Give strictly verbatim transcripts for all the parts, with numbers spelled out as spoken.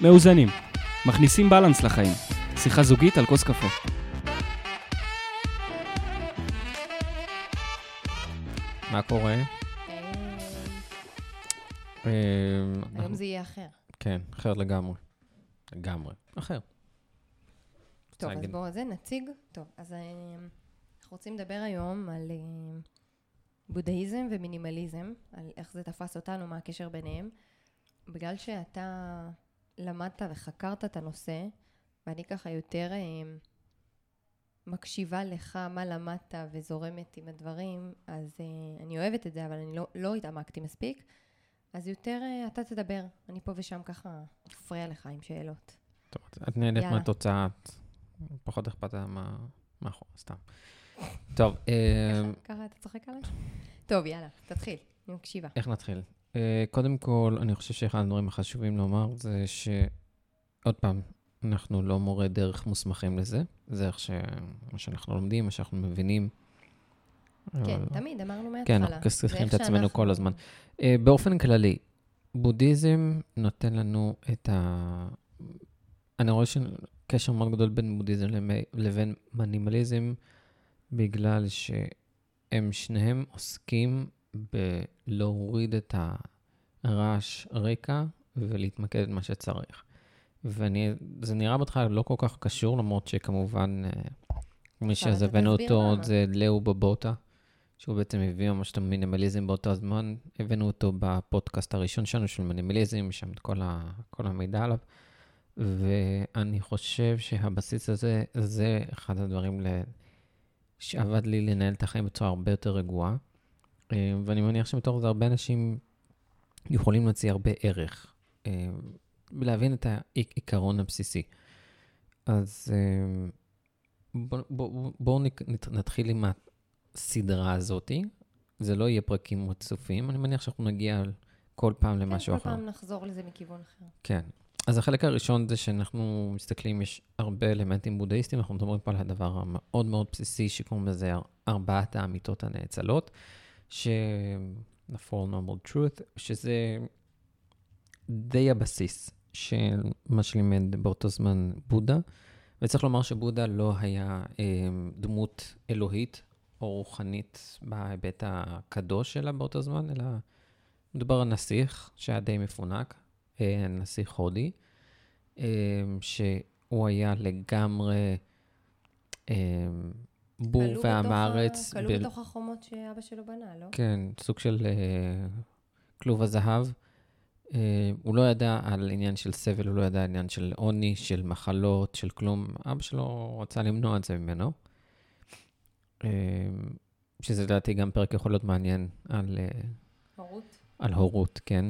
מאוזנים. מכניסים בלנס לחיים. שיחה זוגית על כוס קפה. מה קורה? היום זה יהיה אחר. כן, אחר לגמרי. לגמרי. אחר. טוב, אז בואו, אז נציג. טוב, אז אנחנו רוצים לדבר היום על בודהיזם ומינימליזם, על איך זה תפס אותנו, מה הקשר ביניהם. בגלל שאתה למדת וחקרת את הנושא, ואני ככה יותר מקשיבה לך מה למדת וזורמת עם הדברים, אז אני אוהבת את זה, אבל אני לא, לא התעמקתי מספיק. אז יותר אתה תדבר, אני פה ושם ככה מפריע לך עם שאלות. טוב, את נהנית מהתוצאה, פחות אכפת מה, מה אחורה, סתם. טוב. ככה אתה צוחק עליי? טוב, יאללה, תתחיל, אני מקשיבה. איך נתחיל? קודם כל, אני חושב שאחד הדברים החשובים לומר זה שעוד פעם, אנחנו לא מורה דרך מוסמכים לזה, זה איך מה שאנחנו לומדים, מה שאנחנו מבינים. כן, תמיד, אמרנו מההתחלה. כן, אנחנו צריכים את עצמנו כל הזמן. באופן כללי, בודהיזם נותן לנו את ה... אני רואה שקשר מאוד גדול בין בודהיזם לבין מינימליזם, בגלל שהם שניהם עוסקים בלהוריד את הרעש רקע ולהתמקד במה שצריך. וזה נראה בהתחלה לא כל כך קשור, למרות שכמובן מי שהבאנו אותו זה לאו בבוטה, שהוא בעצם הביא ממש את המינימליזם באותו הזמן. הבאנו אותו בפודקאסט הראשון שלנו של מינימליזם, שם את כל, ה, כל המידע עליו. ואני חושב שהבסיס הזה, זה אחד הדברים שעבד לי לנהל את החיים בצורה הרבה יותר רגועה. ואני מניח שמתוך זה הרבה אנשים יכולים להציע הרבה ערך, ולהבין את העיקרון הבסיסי. אז בואו בוא, בוא נתחיל עם הסדרה הזאת. זה לא יהיה פרקים רצופים, אני מניח שאנחנו נגיע כל פעם למשהו אחר. כן, כל פעם נחזור לזה מכיוון אחר. כן. אז החלק הראשון זה שאנחנו מסתכלים, יש הרבה אלמנטים בודהיסטיים, אנחנו מדברים פה על הדבר המאוד מאוד בסיסי, שקוראים לזה ארבעת האמיתות הנאצלות, ש... The Four Noble Truth, שזה די הבסיס של מה שלימד באותו זמן בודה, וצריך לומר שבודה לא היה אה, דמות אלוהית או רוחנית בהיבט הקדוש שלה באותו זמן, אלא מדובר על נסיך שהיה די מפונק, אה, נסיך הודי, אה, שהוא היה לגמרי אה, בור ועם הארץ. כלוא בתוך החומות שאבא שלו בנה, לא? כן, סוג של אה, כלוב הזהב. אה, הוא לא ידע על עניין של סבל, הוא לא ידע על עניין של עוני, של מחלות, של כלום. אבא שלו רצה למנוע את זה ממנו. אה, שזה לדעתי גם פרק יכול להיות מעניין על... אה, הורות. על הורות, כן.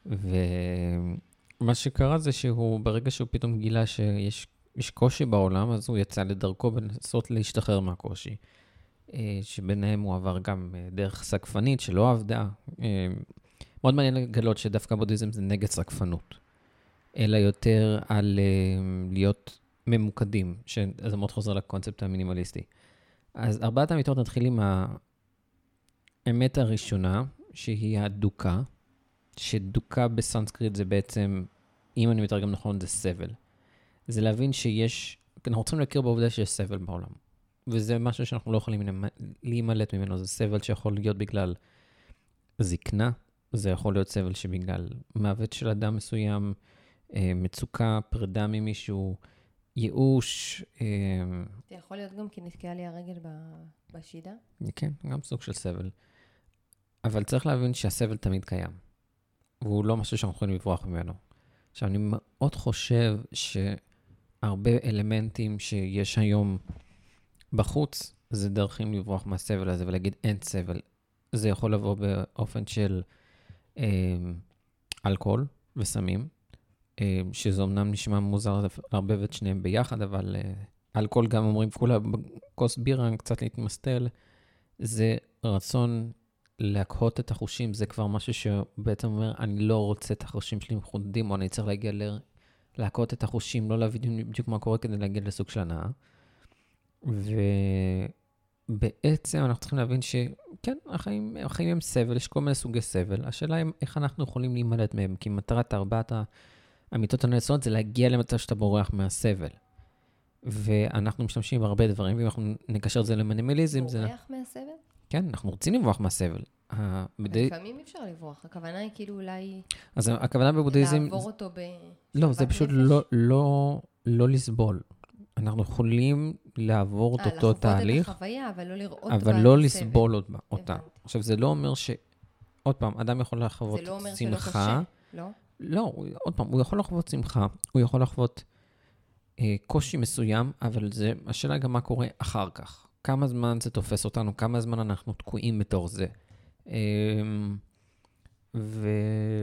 ומה שקרה זה שהוא, ברגע שהוא פתאום גילה שיש יש קושי בעולם, אז הוא יצא לדרכו בנסות להשתחרר מהקושי. שביניהם הוא עבר גם דרך סקפנית שלא עבדה. מאוד מעניין לגלות שדווקא בודהיזם זה נגד סקפנות, אלא יותר על להיות ממוקדים, שזה מאוד חוזר לקונספט המינימליסטי. אז ארבעת האמיתות נתחיל עם האמת הראשונה, שהיא הדוקה, שדוקה בסנסקריט זה בעצם, אם אני מתרגם נכון, זה סבל. זה להבין שיש, אנחנו רוצים להכיר בעובדה שיש סבל בעולם. וזה משהו שאנחנו לא יכולים להימלט ממנו. זה סבל שיכול להיות בגלל זקנה, זה יכול להיות סבל שבגלל מוות של אדם מסוים, מצוקה, פרידה ממישהו, ייאוש. זה יכול להיות גם כי נתקעה לי הרגל בשידה? כן, גם סוג של סבל. אבל צריך להבין שהסבל תמיד קיים. והוא לא משהו שאנחנו יכולים לברוח ממנו. עכשיו, אני מאוד חושב שהרבה אלמנטים שיש היום בחוץ, זה דרכים לברוח מהסבל הזה ולהגיד אין סבל. זה יכול לבוא באופן של אה, אלכוהול וסמים, אה, שזה אמנם נשמע מוזר להרבב את שניהם ביחד, אבל אה, אלכוהול גם אומרים כולה כוס בירה, קצת להתמסטל, זה רצון להקהות את החושים, זה כבר משהו שבעצם אומר, אני לא רוצה את החושים שלי מחודדים, או אני צריך להגיע ל... להקהות את החושים, לא להבין בדיוק מה קורה כדי להגיע לסוג של הנאה. ובעצם אנחנו צריכים להבין שכן, החיים, החיים הם סבל, יש כל מיני סוגי סבל. השאלה היא איך אנחנו יכולים להימלט מהם, כי מטרת ארבעת האמיתות הנעשות זה להגיע למצב שאתה בורח מהסבל. ואנחנו משתמשים בהרבה דברים, ואם אנחנו נקשר את זה למינימליזם, זה... בורח מהסבל? כן, אנחנו רוצים לברוח מהסבל. לפעמים אפשר לברוח, הכוונה היא כאילו אולי... אז הכוונה בבודהיזם... לעבור אותו ב... לא, זה פשוט לא לסבול. אנחנו יכולים לעבור את אותו תהליך. לחוות את החוויה, אבל לא לראות בה. אבל לא לסבול אותה. עכשיו, זה לא אומר ש... עוד פעם, אדם יכול לחוות שמחה. זה לא אומר שלא קשה, לא? לא, עוד פעם, הוא יכול לחוות שמחה, הוא יכול לחוות אה, קושי מסוים, אבל זה, השאלה גם מה קורה אחר כך. כמה זמן זה תופס אותנו, כמה זמן אנחנו תקועים בתור זה. אה, ו...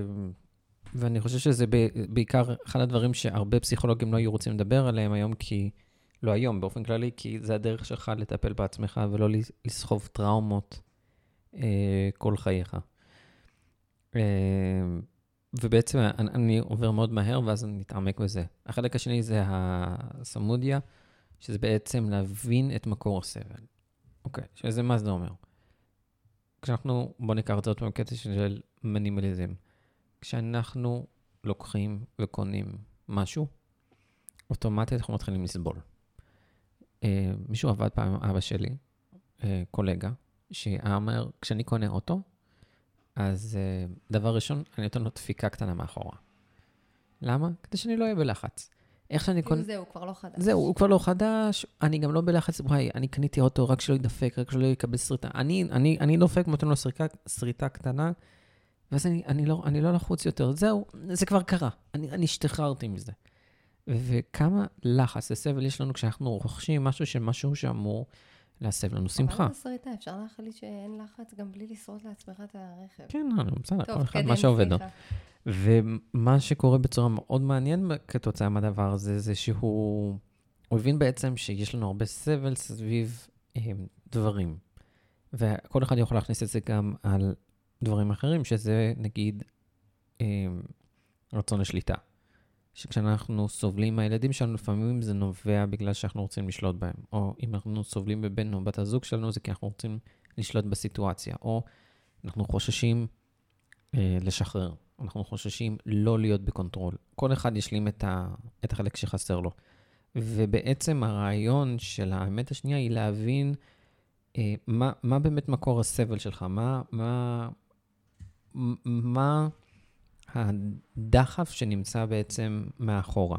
ואני חושב שזה בעיקר אחד הדברים שהרבה פסיכולוגים לא היו רוצים לדבר עליהם היום, כי, לא היום, באופן כללי, כי זה הדרך שלך לטפל בעצמך, ולא לסחוב טראומות אה, כל חייך. אה, ובעצם אני, אני עובר מאוד מהר, ואז אני מתעמק בזה. החלק השני זה הסמודיה, שזה בעצם להבין את מקור הסבל. אוקיי, שזה מה זה אומר? כשאנחנו, בוא ניקח את זה עוד בקטע של מינימליזם. כשאנחנו לוקחים וקונים משהו, אוטומטית אנחנו מתחילים לסבול. אה, מישהו עבד פעם עם אבא שלי, אה, קולגה, שאמר, כשאני קונה אוטו, אז uh, דבר ראשון, אני נותן לו דפיקה קטנה מאחורה. למה? כדי שאני לא אהיה בלחץ. איך שאני קונה... זהו, הוא כבר לא חדש. זהו, הוא כבר לא חדש, אני גם לא בלחץ, וואי, אני קניתי אוטו רק שלא ידפק, רק שלא יקבל שריטה. אני, אני, אני דופק, נותן לו שריטה, שריטה קטנה, ואז אני, אני, לא, אני לא לחוץ יותר. זהו, זה כבר קרה. אני, אני השתחררתי מזה. וכמה לחץ לסבל יש לנו כשאנחנו רוכשים משהו של משהו שאמור להסב לנו שמחה. אבל בסריטה, אפשר להחליט שאין לחץ גם בלי לשרוד לעצמך את הרכב. כן, בסדר, טוב, כל אחד קדם, מה שעובד. סליחה. ומה שקורה בצורה מאוד מעניין כתוצאה מהדבר הזה, זה שהוא הוא הבין בעצם שיש לנו הרבה סבל סביב אה, דברים. וכל אחד יכול להכניס את זה גם על דברים אחרים, שזה נגיד אה, רצון לשליטה. שכשאנחנו סובלים מהילדים שלנו, לפעמים זה נובע בגלל שאנחנו רוצים לשלוט בהם. או אם אנחנו סובלים בבן או בת הזוג שלנו, זה כי אנחנו רוצים לשלוט בסיטואציה. או אנחנו חוששים אה, לשחרר. אנחנו חוששים לא להיות בקונטרול. כל אחד ישלים את, ה, את החלק שחסר לו. ובעצם הרעיון של האמת השנייה היא להבין אה, מה, מה באמת מקור הסבל שלך, מה, מה, מה הדחף שנמצא בעצם מאחורה.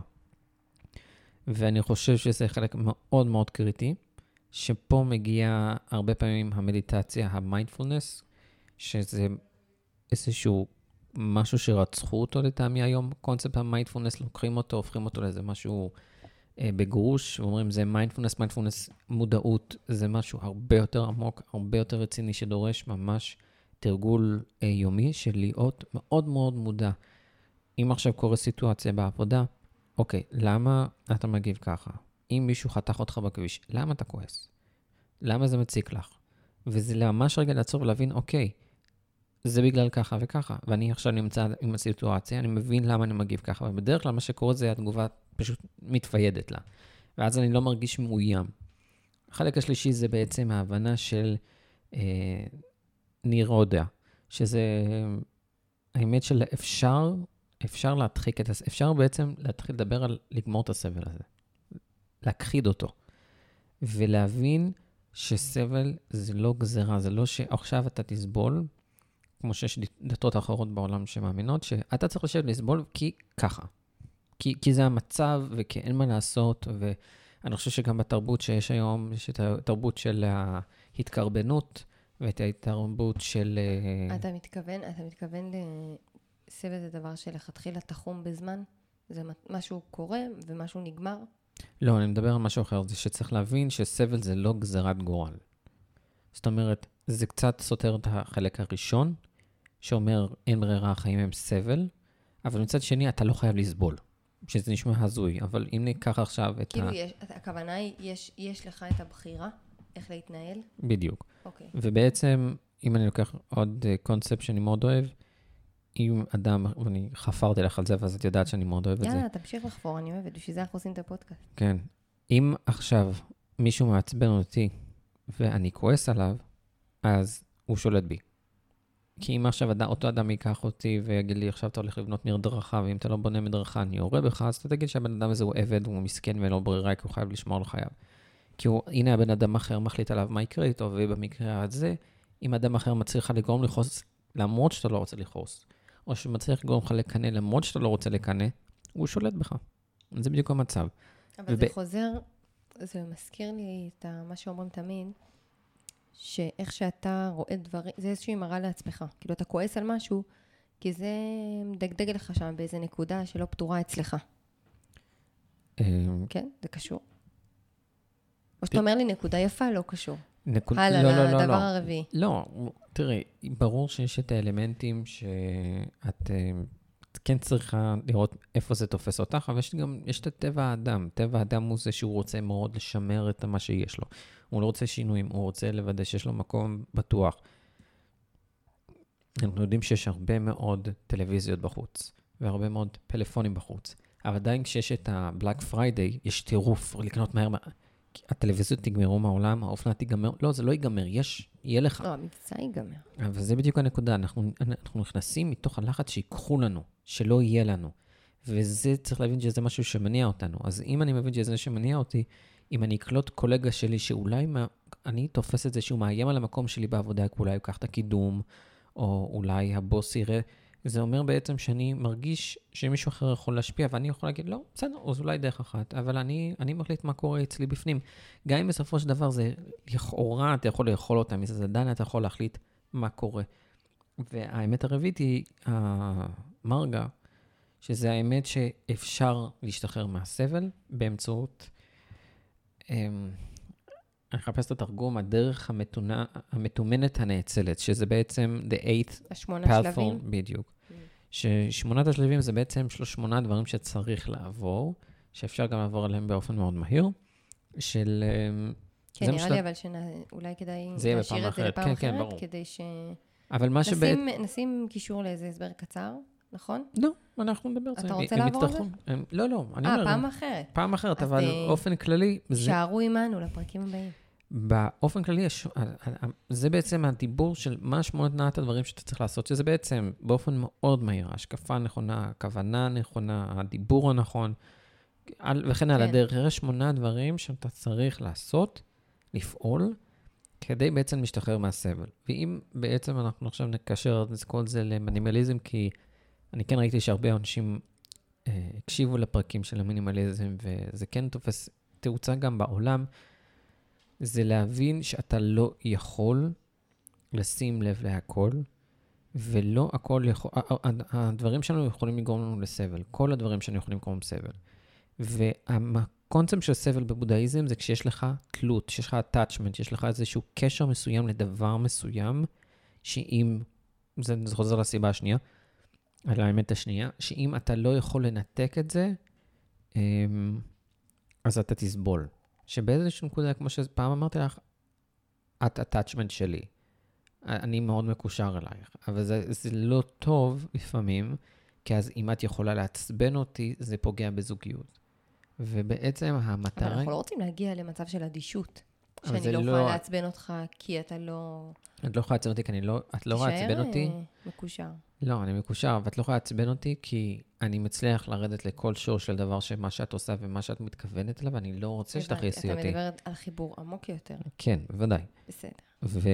ואני חושב שזה חלק מאוד מאוד קריטי, שפה מגיע הרבה פעמים המדיטציה, המיינדפולנס, שזה איזשהו משהו שרצחו אותו לטעמי היום, קונספט המיינדפולנס, לוקחים אותו, הופכים אותו לאיזה משהו אה, בגרוש, ואומרים זה מיינדפולנס, מיינדפולנס מודעות, זה משהו הרבה יותר עמוק, הרבה יותר רציני, שדורש ממש תרגול אה, יומי של להיות מאוד מאוד מודע. אם עכשיו קורה סיטואציה בעבודה, אוקיי, למה אתה מגיב ככה? אם מישהו חתך אותך בכביש, למה אתה כועס? למה זה מציק לך? וזה ממש רגע לעצור ולהבין, אוקיי, זה בגלל ככה וככה, ואני עכשיו נמצא עם הסיטואציה, אני מבין למה אני מגיב ככה, ובדרך כלל מה שקורה זה התגובה פשוט מתפיידת לה, ואז אני לא מרגיש מאוים. החלק השלישי זה בעצם ההבנה של אה, נירודה, שזה האמת של אפשר, אפשר להדחיק את הסבל, אפשר בעצם להתחיל לדבר על לגמור את הסבל הזה, להכחיד אותו, ולהבין שסבל זה לא גזרה, זה לא שעכשיו אתה תסבול, כמו שיש דתות אחרות בעולם שמאמינות, שאתה צריך לשבת לסבול כי ככה. כי, כי זה המצב וכי אין מה לעשות, ואני חושב שגם בתרבות שיש היום, יש את התרבות של ההתקרבנות, ואת התרבות של... אתה מתכוון, אתה מתכוון לסבל זה דבר שלכתחילה תחום בזמן? זה משהו קורה ומשהו נגמר? לא, אני מדבר על משהו אחר, זה שצריך להבין שסבל זה לא גזרת גורל. זאת אומרת, זה קצת סותר את החלק הראשון, שאומר אין ברירה, החיים הם סבל, אבל מצד שני אתה לא חייב לסבול, שזה נשמע הזוי, אבל אם ניקח עכשיו את כאילו ה... יש, הכוונה היא, יש, יש לך את הבחירה, איך להתנהל? בדיוק. אוקיי. ובעצם, אם אני לוקח עוד קונספט שאני מאוד אוהב, אם אדם, ואני חפרתי לך על זה, ואז את יודעת שאני מאוד אוהב את זה. יאללה, תמשיך לחפור, אני אוהבת, בשביל זה אנחנו עושים את הפודקאסט. כן. אם עכשיו מישהו מעצבן אותי, ואני כועס עליו, אז הוא שולט בי. כי אם עכשיו אותו אדם ייקח אותי ויגיד לי, עכשיו אתה הולך לבנות מדרכה, ואם אתה לא בונה מדרכה, אני יורה בך, אז אתה תגיד שהבן אדם הזה הוא עבד, הוא מסכן ואין לו ברירה, כי הוא חייב לשמור על חייו. כי הוא, הנה הבן אדם אחר מחליט עליו מה יקרה איתו, ובמקרה הזה, אם אדם אחר מצליח לגרום לחוס, למרות שאתה לא רוצה לחוס, או שמצליח לגרום לך לקנה, למרות שאתה לא רוצה לקנה, הוא שולט בך. זה בדיוק המצב. אבל וב... זה חוזר, זה מזכיר לי את מה שאומרים תמיד, שאיך שאתה רואה דברים, זה איזושהי מראה לעצמך. כאילו, אתה כועס על משהו, כי זה מדגדג לך שם באיזה נקודה שלא פתורה אצלך. כן? זה קשור. או שאתה אומר לי, נקודה יפה, לא קשור. הלאה, לדבר הרביעי. לא, תראי, ברור שיש את האלמנטים שאת כן צריכה לראות איפה זה תופס אותך, אבל יש גם, יש את טבע האדם. טבע האדם הוא זה שהוא רוצה מאוד לשמר את מה שיש לו. הוא לא רוצה שינויים, הוא רוצה לוודא שיש לו מקום בטוח. אנחנו יודעים שיש הרבה מאוד טלוויזיות בחוץ, והרבה מאוד פלאפונים בחוץ. אבל עדיין כשיש את ה-Black Friday, יש טירוף לקנות מהר. הטלוויזיות תגמרו מהעולם, האופנה תיגמר. לא, זה לא ייגמר, יש, יהיה לך. לא, המבצע ייגמר. אבל זה בדיוק הנקודה. אנחנו, אנחנו נכנסים מתוך הלחץ שיקחו לנו, שלא יהיה לנו. וזה צריך להבין שזה משהו שמניע אותנו. אז אם אני מבין שזה שמניע אותי, אם אני אקלוט קולגה שלי שאולי מה, אני תופס את זה שהוא מאיים על המקום שלי בעבודה, כי אולי הוא ייקח את הקידום, או אולי הבוס יראה, זה אומר בעצם שאני מרגיש שמישהו אחר יכול להשפיע, ואני יכול להגיד, לא, בסדר, אז אולי דרך אחת, אבל אני, אני מחליט מה קורה אצלי בפנים. גם אם בסופו של דבר זה לכאורה, אתה יכול לאכול אותה, מזה עדיין אתה יכול להחליט מה קורה. והאמת הרביעית היא המרגה, שזה האמת שאפשר להשתחרר מהסבל באמצעות, אני אחפש את התרגום, הדרך המתונה, המתומנת הנאצלת, שזה בעצם the eighth השמונה שלבים. בדיוק. ששמונת השלבים זה בעצם שמונה דברים שצריך לעבור, שאפשר גם לעבור עליהם באופן מאוד מהיר, של... כן, נראה לי אבל שאולי כדאי להשאיר את זה לפעם אחרת, כדי ש... אבל מה שבעת... נשים קישור לאיזה הסבר קצר, נכון? לא, אנחנו נדבר. אתה רוצה לעבור על זה? לא, לא. אה, פעם אחרת. פעם אחרת, אבל באופן כללי... שערו עימנו לפרקים הבאים. באופן כללי, זה בעצם הדיבור של מה שמונת נעת הדברים שאתה צריך לעשות, שזה בעצם באופן מאוד מהיר, השקפה נכונה, הכוונה נכונה, הדיבור הנכון, וכן על הדרך, יש שמונה דברים שאתה צריך לעשות, לפעול, כדי בעצם להשתחרר מהסבל. ואם בעצם אנחנו עכשיו נקשר את כל זה למינימליזם, כי אני כן ראיתי שהרבה אנשים אה, הקשיבו לפרקים של המינימליזם, וזה כן תופס תאוצה גם בעולם, זה להבין שאתה לא יכול לשים לב להכל, ולא הכל יכול, הדברים שלנו יכולים לגרום לנו לסבל, כל הדברים שלנו יכולים לגרום לסבל. והקונספט של סבל בבודהיזם זה כשיש לך תלות, שיש לך attachment, יש לך איזשהו קשר מסוים לדבר מסוים, שאם, זה, זה חוזר לסיבה השנייה, על האמת השנייה, שאם אתה לא יכול לנתק את זה, אז אתה תסבול. שבאיזושהי נקודה, כמו שפעם אמרתי לך, את attachment שלי. אני מאוד מקושר אלייך, אבל זה, זה לא טוב לפעמים, כי אז אם את יכולה לעצבן אותי, זה פוגע בזוגיות. ובעצם המטרה... אבל אנחנו לא רוצים להגיע למצב של אדישות, שאני לא יכולה לא... לעצבן אותך, כי אתה לא... את לא יכולה לעצבן אותי, כי אני לא... את לא יכולה לעצבן אותי... תשאר מקושר. לא, אני מקושר, ואת לא יכולה לעצבן אותי, כי אני מצליח לרדת לכל שור של דבר שמה שאת עושה ומה שאת מתכוונת אליו, ואני לא רוצה שתכעסי אותי. אתה מדבר על חיבור עמוק יותר. כן, בוודאי. בסדר. ו...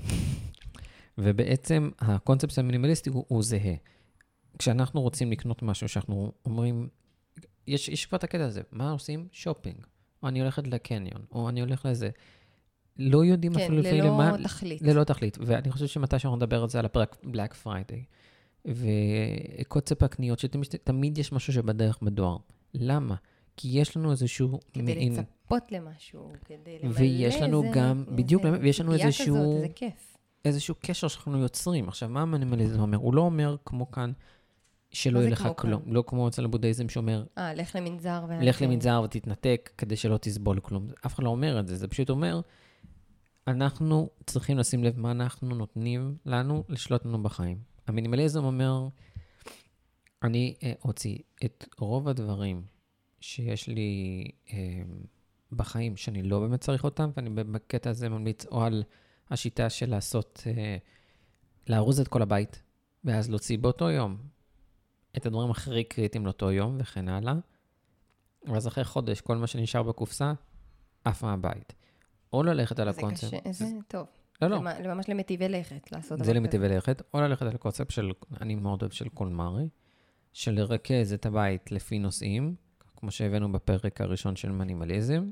ובעצם הקונספט המינימליסטי הוא, הוא זהה. כשאנחנו רוצים לקנות משהו, שאנחנו אומרים, יש, יש כבר את הקטע הזה, מה עושים? שופינג. או אני הולכת לקניון, או אני הולך לזה. לא יודעים כן, אפילו לפעמים למה... כן, ללא תכלית. ללא תכלית. ואני חושב שמתי שאנחנו נדבר על זה, על ה-Black Friday, וקוצפ הקניות, שתמיד יש משהו שבדרך בדואר. למה? כי יש לנו איזשהו... כדי מעין... לצפות למשהו, כדי למלא ויש לנו זה, גם, זה, בדיוק, זה, ויש לנו איזשהו... כזאת, זה כיף. איזשהו קשר שאנחנו יוצרים. עכשיו, מה המינימליזם אומר? הוא לא אומר כמו כאן, שלא יהיה לך כלום. לא כמו אצל הבודהיזם שאומר... אה, לך למנזר. לך למנזר ותתנתק כדי שלא תסבול כלום. אף אחד לא אומר את זה. זה פשוט אומר, אנחנו צריכים לשים לב מה אנחנו נותנים לנו לשלוט לנו בחיים. המינימליזם אומר, אני הוציא את רוב הדברים שיש לי אה, בחיים, שאני לא באמת צריך אותם, ואני בקטע הזה ממליץ או על השיטה של לעשות, אה, לארוז את כל הבית, ואז להוציא באותו יום את הדברים הכי קריטיים לאותו יום, וכן הלאה. ואז אחרי חודש, כל מה שנשאר בקופסה, עף מהבית. או ללכת על הקונספט. זה קשה, זה טוב. לא, לא. זה ממש למטיבי לכת, לעשות דבר זה למטיבי לכת, או ללכת על הקונספט של, אני מאוד אוהב של קולמרי, של לרכז את הבית לפי נושאים, כמו שהבאנו בפרק הראשון של מינימליזם,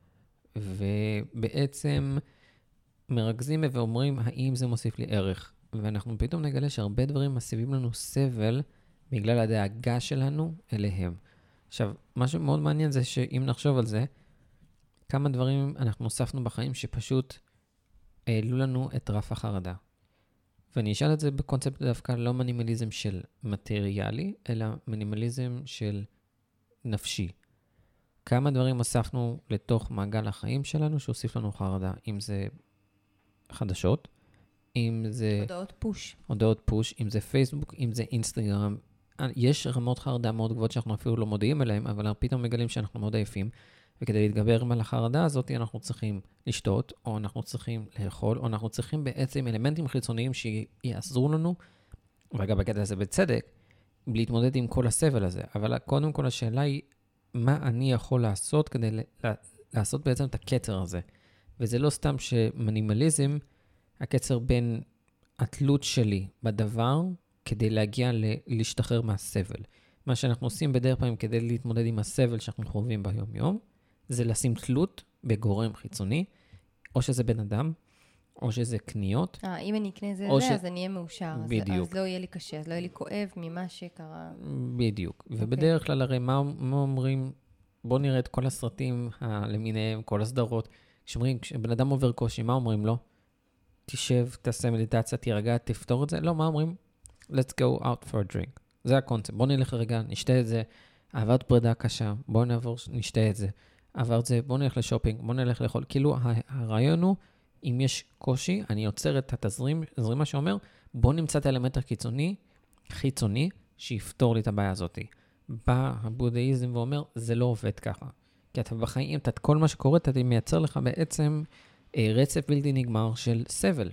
ובעצם מרכזים ואומרים, האם זה מוסיף לי ערך? ואנחנו פתאום נגלה שהרבה דברים מסיבים לנו סבל, בגלל הדאגה שלנו אליהם. עכשיו, מה שמאוד מעניין זה שאם נחשוב על זה, כמה דברים אנחנו הוספנו בחיים שפשוט העלו לנו את רף החרדה. ואני אשאל את זה בקונספט דווקא לא מינימליזם של מטריאלי, אלא מינימליזם של נפשי. כמה דברים הוספנו לתוך מעגל החיים שלנו שהוסיף לנו חרדה, אם זה חדשות, אם זה... הודעות פוש. הודעות פוש, אם זה פייסבוק, אם זה אינסטגרם. יש רמות חרדה מאוד גבוהות שאנחנו אפילו לא מודיעים עליהן, אבל פתאום מגלים שאנחנו מאוד עייפים, וכדי להתגבר על החרדה הזאת, אנחנו צריכים לשתות, או אנחנו צריכים לאכול, או אנחנו צריכים בעצם אלמנטים חיצוניים שיעזרו לנו, ואגב, בקטע הזה בצדק, להתמודד עם כל הסבל הזה. אבל קודם כל השאלה היא, מה אני יכול לעשות כדי לעשות בעצם את הקצר הזה? וזה לא סתם שמינימליזם, הקצר בין התלות שלי בדבר, כדי להגיע להשתחרר מהסבל. מה שאנחנו עושים בדרך פעמים כדי להתמודד עם הסבל שאנחנו חווים ביום-יום, זה לשים תלות בגורם חיצוני, או שזה בן אדם, או שזה קניות. אה, אם אני אקנה זה זה, ש... אז אני אהיה מאושר. בדיוק. אז, אז לא יהיה לי קשה, אז לא יהיה לי כואב ממה שקרה. בדיוק. Okay. ובדרך כלל הרי מה, מה אומרים, בוא נראה את כל הסרטים למיניהם, כל הסדרות. כשאומרים, כשבן אדם עובר קושי, מה אומרים לו? תשב, תעשה מדיטציה, תירגע, תפתור את זה. לא, מה אומרים? Let's go out for a drink. זה הקונספט. בוא נלך רגע, נשתה את זה. עברת פרידה קשה, בוא נעבור, נשתה את זה. עברת זה, בוא נלך לשופינג, בוא נלך לאכול. כאילו, הרעיון הוא, אם יש קושי, אני יוצר את התזרים, תזרים מה שאומר, בוא נמצא את האלמנט החיצוני, חיצוני, שיפתור לי את הבעיה הזאת. בא הבודהיזם ואומר, זה לא עובד ככה. כי אתה בחיים, אתה כל מה שקורה, אתה מייצר לך בעצם אה, רצף בלתי נגמר של סבל.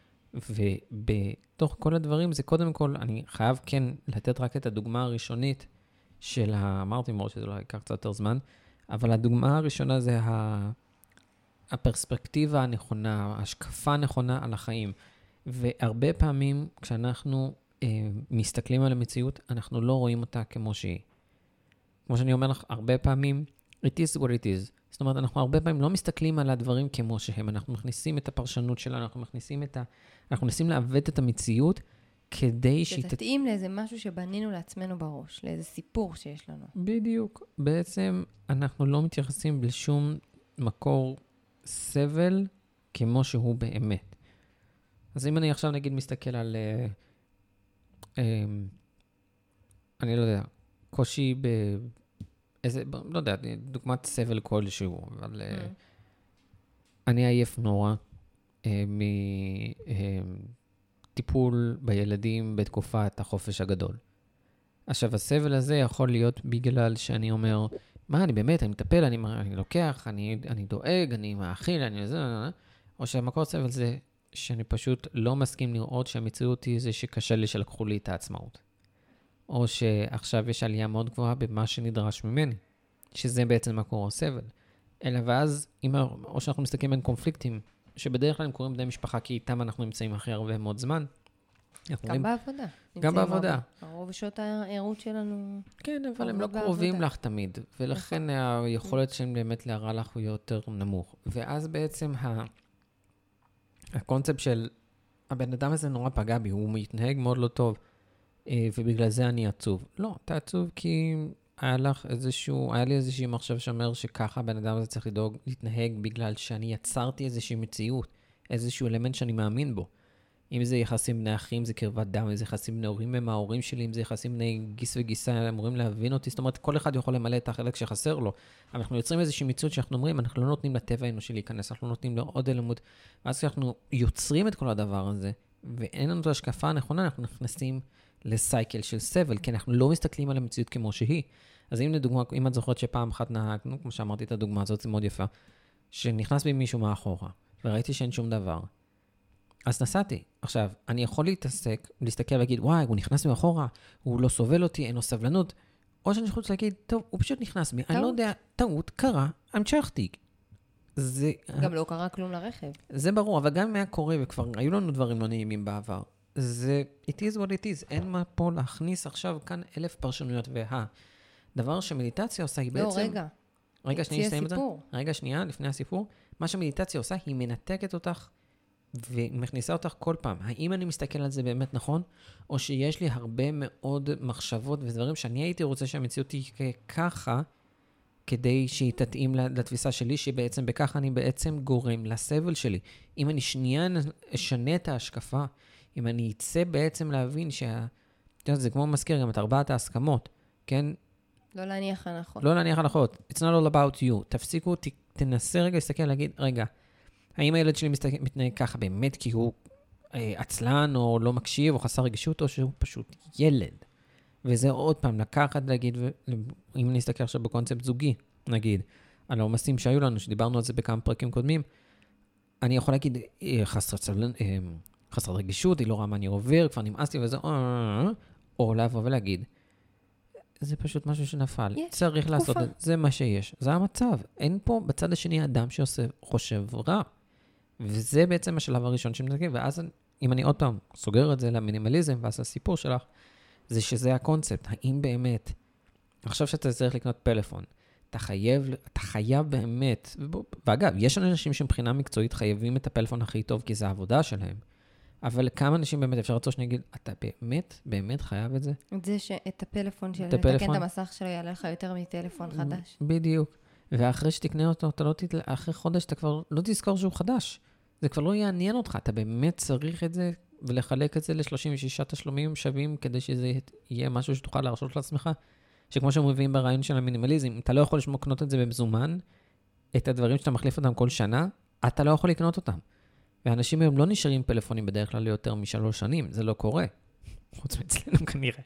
ובתוך כל הדברים, זה קודם כל, אני חייב כן לתת רק את הדוגמה הראשונית של, ה... אמרתי מאוד שזה לא ייקח קצת יותר זמן, אבל הדוגמה הראשונה זה ה... הפרספקטיבה הנכונה, ההשקפה הנכונה על החיים. והרבה פעמים כשאנחנו אה, מסתכלים על המציאות, אנחנו לא רואים אותה כמו שהיא. כמו שאני אומר לך, הרבה פעמים, it is what it is. זאת אומרת, אנחנו הרבה פעמים לא מסתכלים על הדברים כמו שהם. אנחנו מכניסים את הפרשנות שלנו, אנחנו מכניסים את ה... אנחנו מנסים לעוות את המציאות כדי שהיא... שתתאים לאיזה משהו שבנינו לעצמנו בראש, לאיזה סיפור שיש לנו. בדיוק. בעצם אנחנו לא מתייחסים לשום מקור סבל כמו שהוא באמת. אז אם אני עכשיו נגיד מסתכל על, אה, אה, אני לא יודע, קושי באיזה, לא יודע, דוגמת סבל כלשהו, אבל אה, אני עייף נורא אה, מטיפול בילדים בתקופת החופש הגדול. עכשיו, הסבל הזה יכול להיות בגלל שאני אומר, מה, אני באמת, אני מטפל, אני, אני לוקח, אני, אני דואג, אני מאכיל, אני זה, או שהמקור סבל זה שאני פשוט לא מסכים לראות שהמציאות היא זה שקשה לי שלקחו לי את העצמאות. או שעכשיו יש עלייה מאוד גבוהה במה שנדרש ממני, שזה בעצם מקור הסבל. אלא ואז, אם, או שאנחנו מסתכלים בין קונפליקטים, שבדרך כלל הם קוראים בני משפחה, כי איתם אנחנו נמצאים הכי הרבה מאוד זמן, גם בעבודה. גם בעבודה. הרוב שעות העירות שלנו... כן, אבל הם לא קרובים לך תמיד, ולכן היכולת שהם באמת להראה לך הוא יותר נמוך. ואז בעצם הקונספט של הבן אדם הזה נורא פגע בי, הוא מתנהג מאוד לא טוב, ובגלל זה אני עצוב. לא, אתה עצוב כי היה לך איזשהו, היה לי איזושהי מחשב שאומר שככה הבן אדם הזה צריך לדאוג, להתנהג בגלל שאני יצרתי איזושהי מציאות, איזשהו אלמנט שאני מאמין בו. אם זה יחסים בני אחים, זה קרבת דם, אם זה יחסים בני הורים עם ההורים שלי, אם זה יחסים בני גיס וגיסה, הם אמורים להבין אותי, זאת אומרת, כל אחד יכול למלא את החלק שחסר לו, אבל אנחנו יוצרים איזושהי מציאות שאנחנו אומרים, אנחנו לא נותנים לטבע האנושי להיכנס, אנחנו לא נותנים לו עוד אלמות, ואז כשאנחנו יוצרים את כל הדבר הזה, ואין לנו את ההשקפה הנכונה, אנחנו נכנסים לסייקל של סבל, כי אנחנו לא מסתכלים על המציאות כמו שהיא. אז אם לדוגמה, אם את זוכרת שפעם אחת נהגנו, כמו שאמרתי את הדוגמה הזאת, זה מאוד יפה, שנכנס בי מישהו מאחורה, וראיתי שאין שום דבר. אז נסעתי. עכשיו, אני יכול להתעסק, להסתכל ולהגיד, וואי, הוא נכנס מאחורה, הוא לא סובל אותי, אין לו סבלנות. או שאני יכול להגיד, טוב, הוא פשוט נכנס מי, אני לא יודע, טעות, קרה, המשכתי. זה... גם לא קרה כלום לרכב. זה ברור, אבל גם אם היה קורה, וכבר היו לנו דברים לא נעימים בעבר, זה, it is what it is, אין מה פה להכניס עכשיו כאן אלף פרשנויות, וה, דבר שמדיטציה עושה היא בעצם... לא, רגע. רגע, שנייה, נסיים את זה. רגע, שנייה, לפני הסיפור. מה שמדיטציה עושה, היא מנתקת אותך, ומכניסה אותך כל פעם. האם אני מסתכל על זה באמת נכון, או שיש לי הרבה מאוד מחשבות ודברים שאני הייתי רוצה שהמציאות תהיה ככה, כדי שהיא תתאים לתפיסה שלי, שבעצם בכך אני בעצם גורם לסבל שלי. אם אני שנייה אשנה את ההשקפה, אם אני אצא בעצם להבין שה... זה כמו מזכיר גם את ארבעת ההסכמות, כן? לא להניח הנחות. לא להניח הנחות. It's not all about you. תפסיקו, ת, תנסה רגע להסתכל, להגיד, רגע, האם הילד שלי מתנהג ככה באמת כי הוא אה, עצלן או לא מקשיב או חסר רגישות, או שהוא פשוט ילד. וזה עוד פעם, לקחת להגיד, אם נסתכל עכשיו בקונספט זוגי, נגיד, על העומסים שהיו לנו, שדיברנו על זה בכמה פרקים קודמים, אני יכול להגיד, חסרת חסר רגישות, היא לא רואה מה אני עובר, כבר נמאסתי וזה, או לבוא ולהגיד, זה פשוט משהו שנפל. צריך תקופה. לעשות את זה, זה מה שיש. זה המצב. אין פה בצד השני אדם שעושה חושב רע. וזה בעצם השלב הראשון שמתנגד, ואז אם אני עוד פעם סוגר את זה למינימליזם, ואז הסיפור שלך, זה שזה הקונספט. האם באמת, עכשיו שאתה צריך לקנות פלאפון, אתה חייב, אתה חייב באמת, ואגב, יש אנשים שמבחינה מקצועית חייבים את הפלאפון הכי טוב, כי זה העבודה שלהם. אבל כמה אנשים באמת אפשר לצור שנגיד, אתה באמת, באמת חייב את זה? את זה שאת הפלאפון שלו, לתקן את המסך שלו, יעלה לך יותר מטלפון חדש. בדיוק. ואחרי שתקנה אותו, אתה לא תתלה, אחרי חודש אתה כבר לא תזכור שהוא חדש. זה כבר לא יעניין אותך. אתה באמת צריך את זה, ולחלק את זה ל-שלושים ושישה תשלומים שווים, כדי שזה יהיה משהו שתוכל להרשות לעצמך. שכמו שהם מביאים ברעיון של המינימליזם, אתה לא יכול לשמור לקנות את זה במזומן, את הדברים שאתה מחליף אותם כל שנה, אתה לא יכול לקנות אותם. ואנשים היום לא נשארים פלאפונים בדרך כלל ליותר משלוש שנים, זה לא קורה. חוץ מאצלנו כנראה.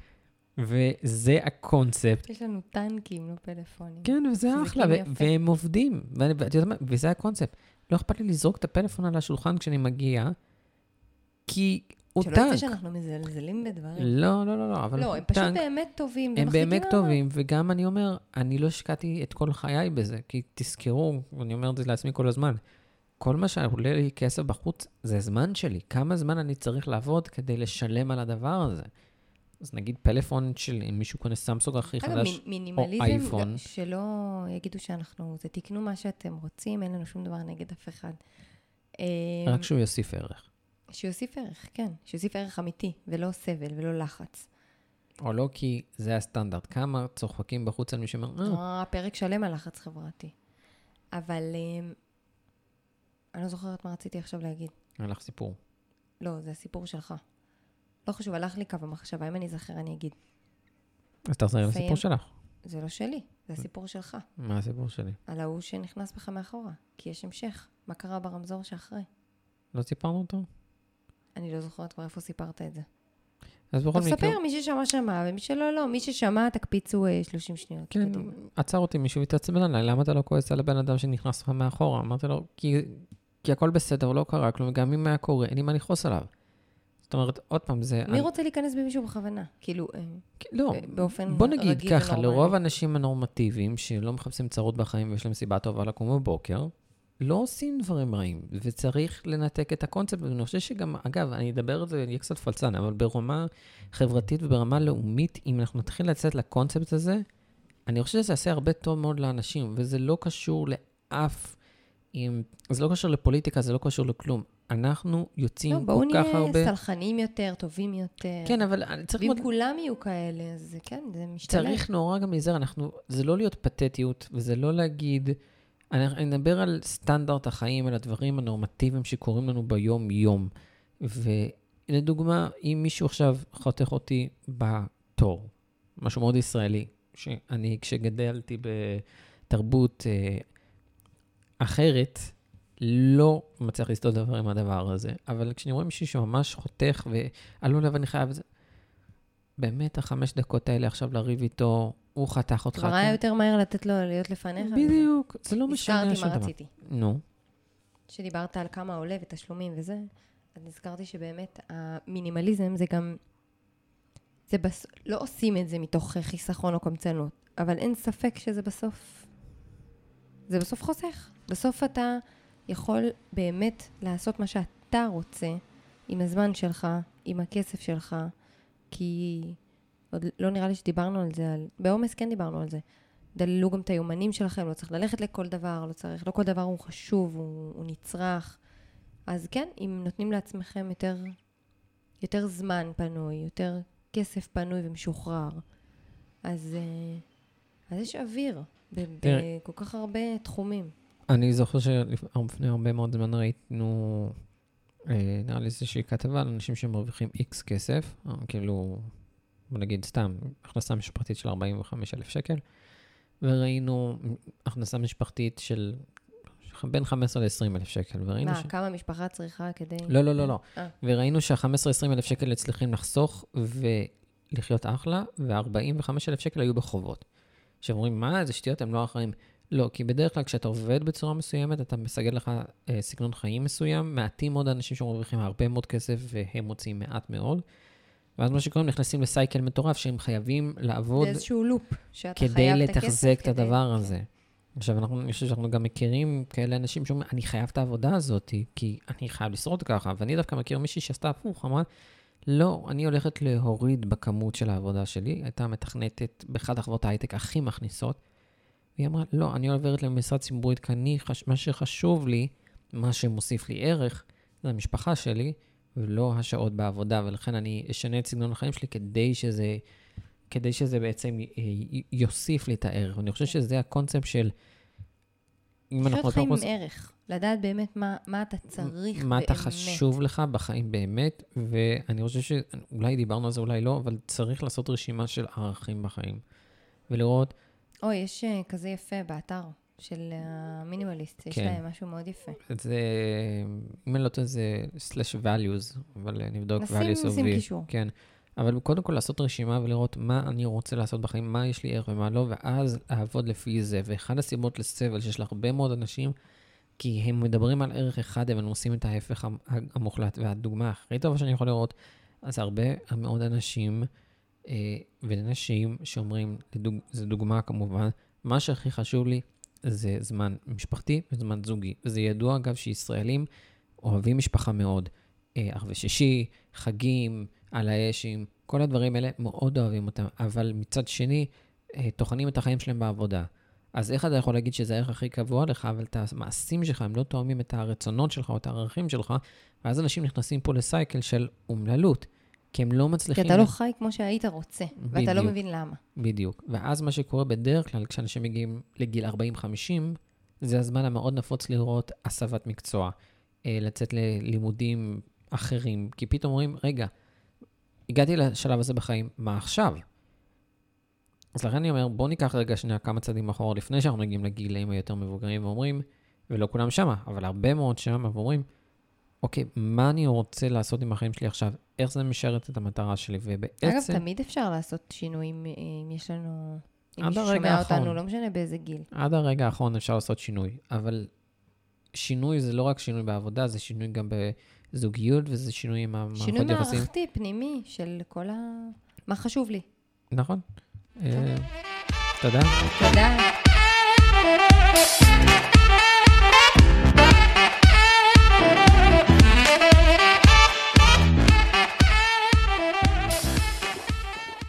וזה הקונספט. יש לנו טנקים, לא פלאפונים. כן, וזה אחלה, והם עובדים. וזה הקונספט. לא אכפת לי לזרוק את הפלאפון על השולחן כשאני מגיע, כי הוא טנק. שלא יצא שאנחנו מזלזלים בדברים. לא, לא, לא, אבל לא, הם פשוט באמת טובים. הם באמת טובים, וגם אני אומר, אני לא השקעתי את כל חיי בזה, כי תזכרו, ואני אומר את זה לעצמי כל הזמן, כל מה שעולה לי כסף בחוץ, זה זמן שלי. כמה זמן אני צריך לעבוד כדי לשלם על הדבר הזה? אז נגיד פלאפון של מישהו קונה סמסונג הכי חדש, או מינימליזם אייפון. שלא יגידו שאנחנו, זה תקנו מה שאתם רוצים, אין לנו שום דבר נגד אף אחד. רק שהוא יוסיף ערך. שיוסיף ערך, כן. שיוסיף ערך אמיתי, ולא סבל, ולא לחץ. או לא, כי זה הסטנדרט. כמה צוחקים בחוץ על מי שאומר, אה, פרק שלם על לחץ חברתי. אבל אני לא זוכרת מה רציתי עכשיו להגיד. היה לך סיפור. לא, זה הסיפור שלך. לא חשוב, הלך לי קו המחשבה, אם אני זכר, אני אגיד. אז תחזרי לסיפור שלך. זה לא שלי, זה הסיפור שלך. מה הסיפור שלי? על ההוא שנכנס בך מאחורה, כי יש המשך. מה קרה ברמזור שאחרי? לא סיפרנו אותו? אני לא זוכרת כבר איפה סיפרת את זה. אז בכל מקרה... תספר, מי ששמע שמע, ומי שלא, לא. מי ששמע, תקפיצו שלושים שניות. כן, עצר אותי מישהו והתעצבן עליי, למה אתה לא כועס על הבן אדם שנכנס לך מאחורה? אמרתי לו, כי הכל בסדר, לא קרה כלום, גם אם היה קורה, אין לי מה לכעוס עליו. זאת אומרת, עוד פעם, זה... מי רוצה להיכנס במישהו בכוונה? כאילו, לא, באופן בוא נגיד ככה, לרוב האנשים הנורמטיביים שלא מחפשים צרות בחיים ויש להם סיבה טובה לקום בבוקר, לא עושים דברים רעים, וצריך לנתק את הקונספט, ואני חושב שגם, אגב, אני אדבר על זה, יהיה קצת פלצן, אבל ברמה חברתית וברמה לאומית, אם אנחנו נתחיל לצאת לקונספט הזה, אני חושב שזה יעשה הרבה טוב מאוד לאנשים, וזה לא קשור לאף, עם, זה לא קשור לפוליטיקה, זה לא קשור לכלום. אנחנו יוצאים לא, כל כך הרבה... בואו נהיה סלחנים יותר, טובים יותר. כן, אבל צריך... ואם מאוד... כולם יהיו כאלה, אז כן, זה משתלם. צריך נורא גם להיזהר, אנחנו... זה לא להיות פתטיות, וזה לא להגיד... אני נדבר על סטנדרט החיים, על הדברים הנורמטיביים שקורים לנו ביום-יום. ולדוגמה, אם מישהו עכשיו חותך אותי בתור, משהו מאוד ישראלי, שאני כשגדלתי בתרבות אה, אחרת, לא מצליח לסתות דבר עם הדבר הזה. אבל כשאני רואה מישהו שממש חותך ועלו לב, אני חייב את זה. באמת, החמש דקות האלה עכשיו לריב איתו, הוא חתך אותך. כבר היה יותר מהר לתת לו להיות לפניך. בדיוק, זה לא משנה שום דבר. הזכרתי מה רציתי. נו. שדיברת על כמה עולה ותשלומים וזה. אז נזכרתי שבאמת המינימליזם זה גם, זה בס... לא עושים את זה מתוך חיסכון או קמצנות, אבל אין ספק שזה בסוף, זה בסוף חוסך. בסוף אתה יכול באמת לעשות מה שאתה רוצה עם הזמן שלך, עם הכסף שלך, כי עוד לא נראה לי שדיברנו על זה, על... בעומס כן דיברנו על זה. דללו גם את היומנים שלכם, לא צריך ללכת לכל דבר, לא צריך, לא כל דבר הוא חשוב, הוא, הוא נצרך. אז כן, אם נותנים לעצמכם יותר, יותר זמן פנוי, יותר כסף פנוי ומשוחרר, אז, אז יש אוויר בכל כך הרבה תחומים. אני זוכר שלפני הרבה מאוד זמן ראיתנו, נראה לי איזושהי כתבה על אנשים שמרוויחים איקס כסף, כאילו, בוא נגיד סתם, הכנסה משפחתית של ארבעים וחמישה אלף שקל, וראינו הכנסה משפחתית של בין חמש עשרה ל-עשרים אלף שקל. מה, ש... כמה משפחה צריכה כדי... לא, לא, לא, לא. 아. וראינו שה-חמש עשרה עשרים אלף שקל הצליחים לחסוך ולחיות אחלה, ו-ארבעים וחמישה אלף שקל היו בחובות. שאומרים, מה, איזה שטויות, הם לא אחראים. לא, כי בדרך כלל כשאתה עובד בצורה מסוימת, אתה מסגל לך אה, סגנון חיים מסוים, מעטים מאוד אנשים שמרוויחים הרבה מאוד כסף, והם מוצאים מעט מאוד. ואז מה שקוראים, נכנסים לסייקל מטורף, שהם חייבים לעבוד... לאיזשהו לופ, שאתה כדי חייב את הכסף. לתחזק את הדבר הזה. עכשיו, אנחנו, אני חושב שאנחנו גם מכירים כאלה אנשים שאומרים, אני חייב את העבודה הזאת, כי אני חייב לשרוד ככה. ואני דווקא מכיר מישהי שעשתה הפוך, אמרה, לא, אני הולכת להוריד בכמות של העבודה שלי, הייתה מתכנתת באחד החברות ההייטק הכי מכניסות, והיא אמרה, לא, אני עוברת למשרד ציבורית, כי אני, מה שחשוב לי, מה שמוסיף לי ערך, זה המשפחה שלי, ולא השעות בעבודה, ולכן אני אשנה את סגנון החיים שלי כדי שזה, כדי שזה בעצם יוסיף לי את הערך. ואני חושב שזה הקונספט של... לחיות חיים עם ערך, לדעת באמת מה, מה אתה צריך באמת. מה אתה חשוב לך בחיים באמת, ואני חושב שאולי דיברנו על זה, אולי לא, אבל צריך לעשות רשימה של ערכים בחיים, ולראות... אוי, יש כזה יפה באתר של המינימליסט, יש להם משהו מאוד יפה. זה, אם אני לא יודע, זה slash values, אבל נבדוק values of... נשים קישור. כן. אבל קודם כל לעשות רשימה ולראות מה אני רוצה לעשות בחיים, מה יש לי ערך ומה לא, ואז לעבוד לפי זה. ואחד הסיבות לסבל שיש לה הרבה מאוד אנשים, כי הם מדברים על ערך אחד, אבל הם עושים את ההפך המוחלט. והדוגמה הכי טובה שאני יכול לראות, אז הרבה מאוד אנשים אה, ונשים שאומרים, לדוג, זה דוגמה כמובן, מה שהכי חשוב לי זה זמן משפחתי וזמן זוגי. וזה ידוע אגב שישראלים אוהבים משפחה מאוד. אה, ערבי שישי, חגים, על האשים, כל הדברים האלה מאוד אוהבים אותם, אבל מצד שני, תוכנים את החיים שלהם בעבודה. אז איך אתה יכול להגיד שזה הערך הכי קבוע לך, אבל את המעשים שלך, הם לא תואמים את הרצונות שלך או את הערכים שלך, ואז אנשים נכנסים פה לסייקל של אומללות, כי הם לא מצליחים... כי אתה לא חי כמו שהיית רוצה, ואתה לא מבין למה. בדיוק. ואז מה שקורה בדרך כלל, כשאנשים מגיעים לגיל ארבעים חמישים, זה הזמן המאוד נפוץ לראות הסבת מקצוע, לצאת ללימודים אחרים, כי פתאום אומרים, רגע, הגעתי לשלב הזה בחיים, מה עכשיו? אז לכן אני אומר, בוא ניקח רגע שנייה כמה צעדים אחורה, לפני שאנחנו מגיעים לגילאים היותר מבוגרים, ואומרים, ולא כולם שמה, אבל הרבה מאוד שמה, ואומרים, אוקיי, מה אני רוצה לעשות עם החיים שלי עכשיו? איך זה משרת את המטרה שלי? ובעצם... אגב, תמיד אפשר לעשות שינויים, אם יש לנו... אם מישהו שומע אותנו, לא משנה באיזה גיל. עד הרגע האחרון אפשר לעשות שינוי, אבל שינוי זה לא רק שינוי בעבודה, זה שינוי גם בזוגיות, וזה שינוי עם המערכות יחסים. שינוי מערכתי, פנימי, של כל ה... מה חשוב לי. נכון. תודה. תודה.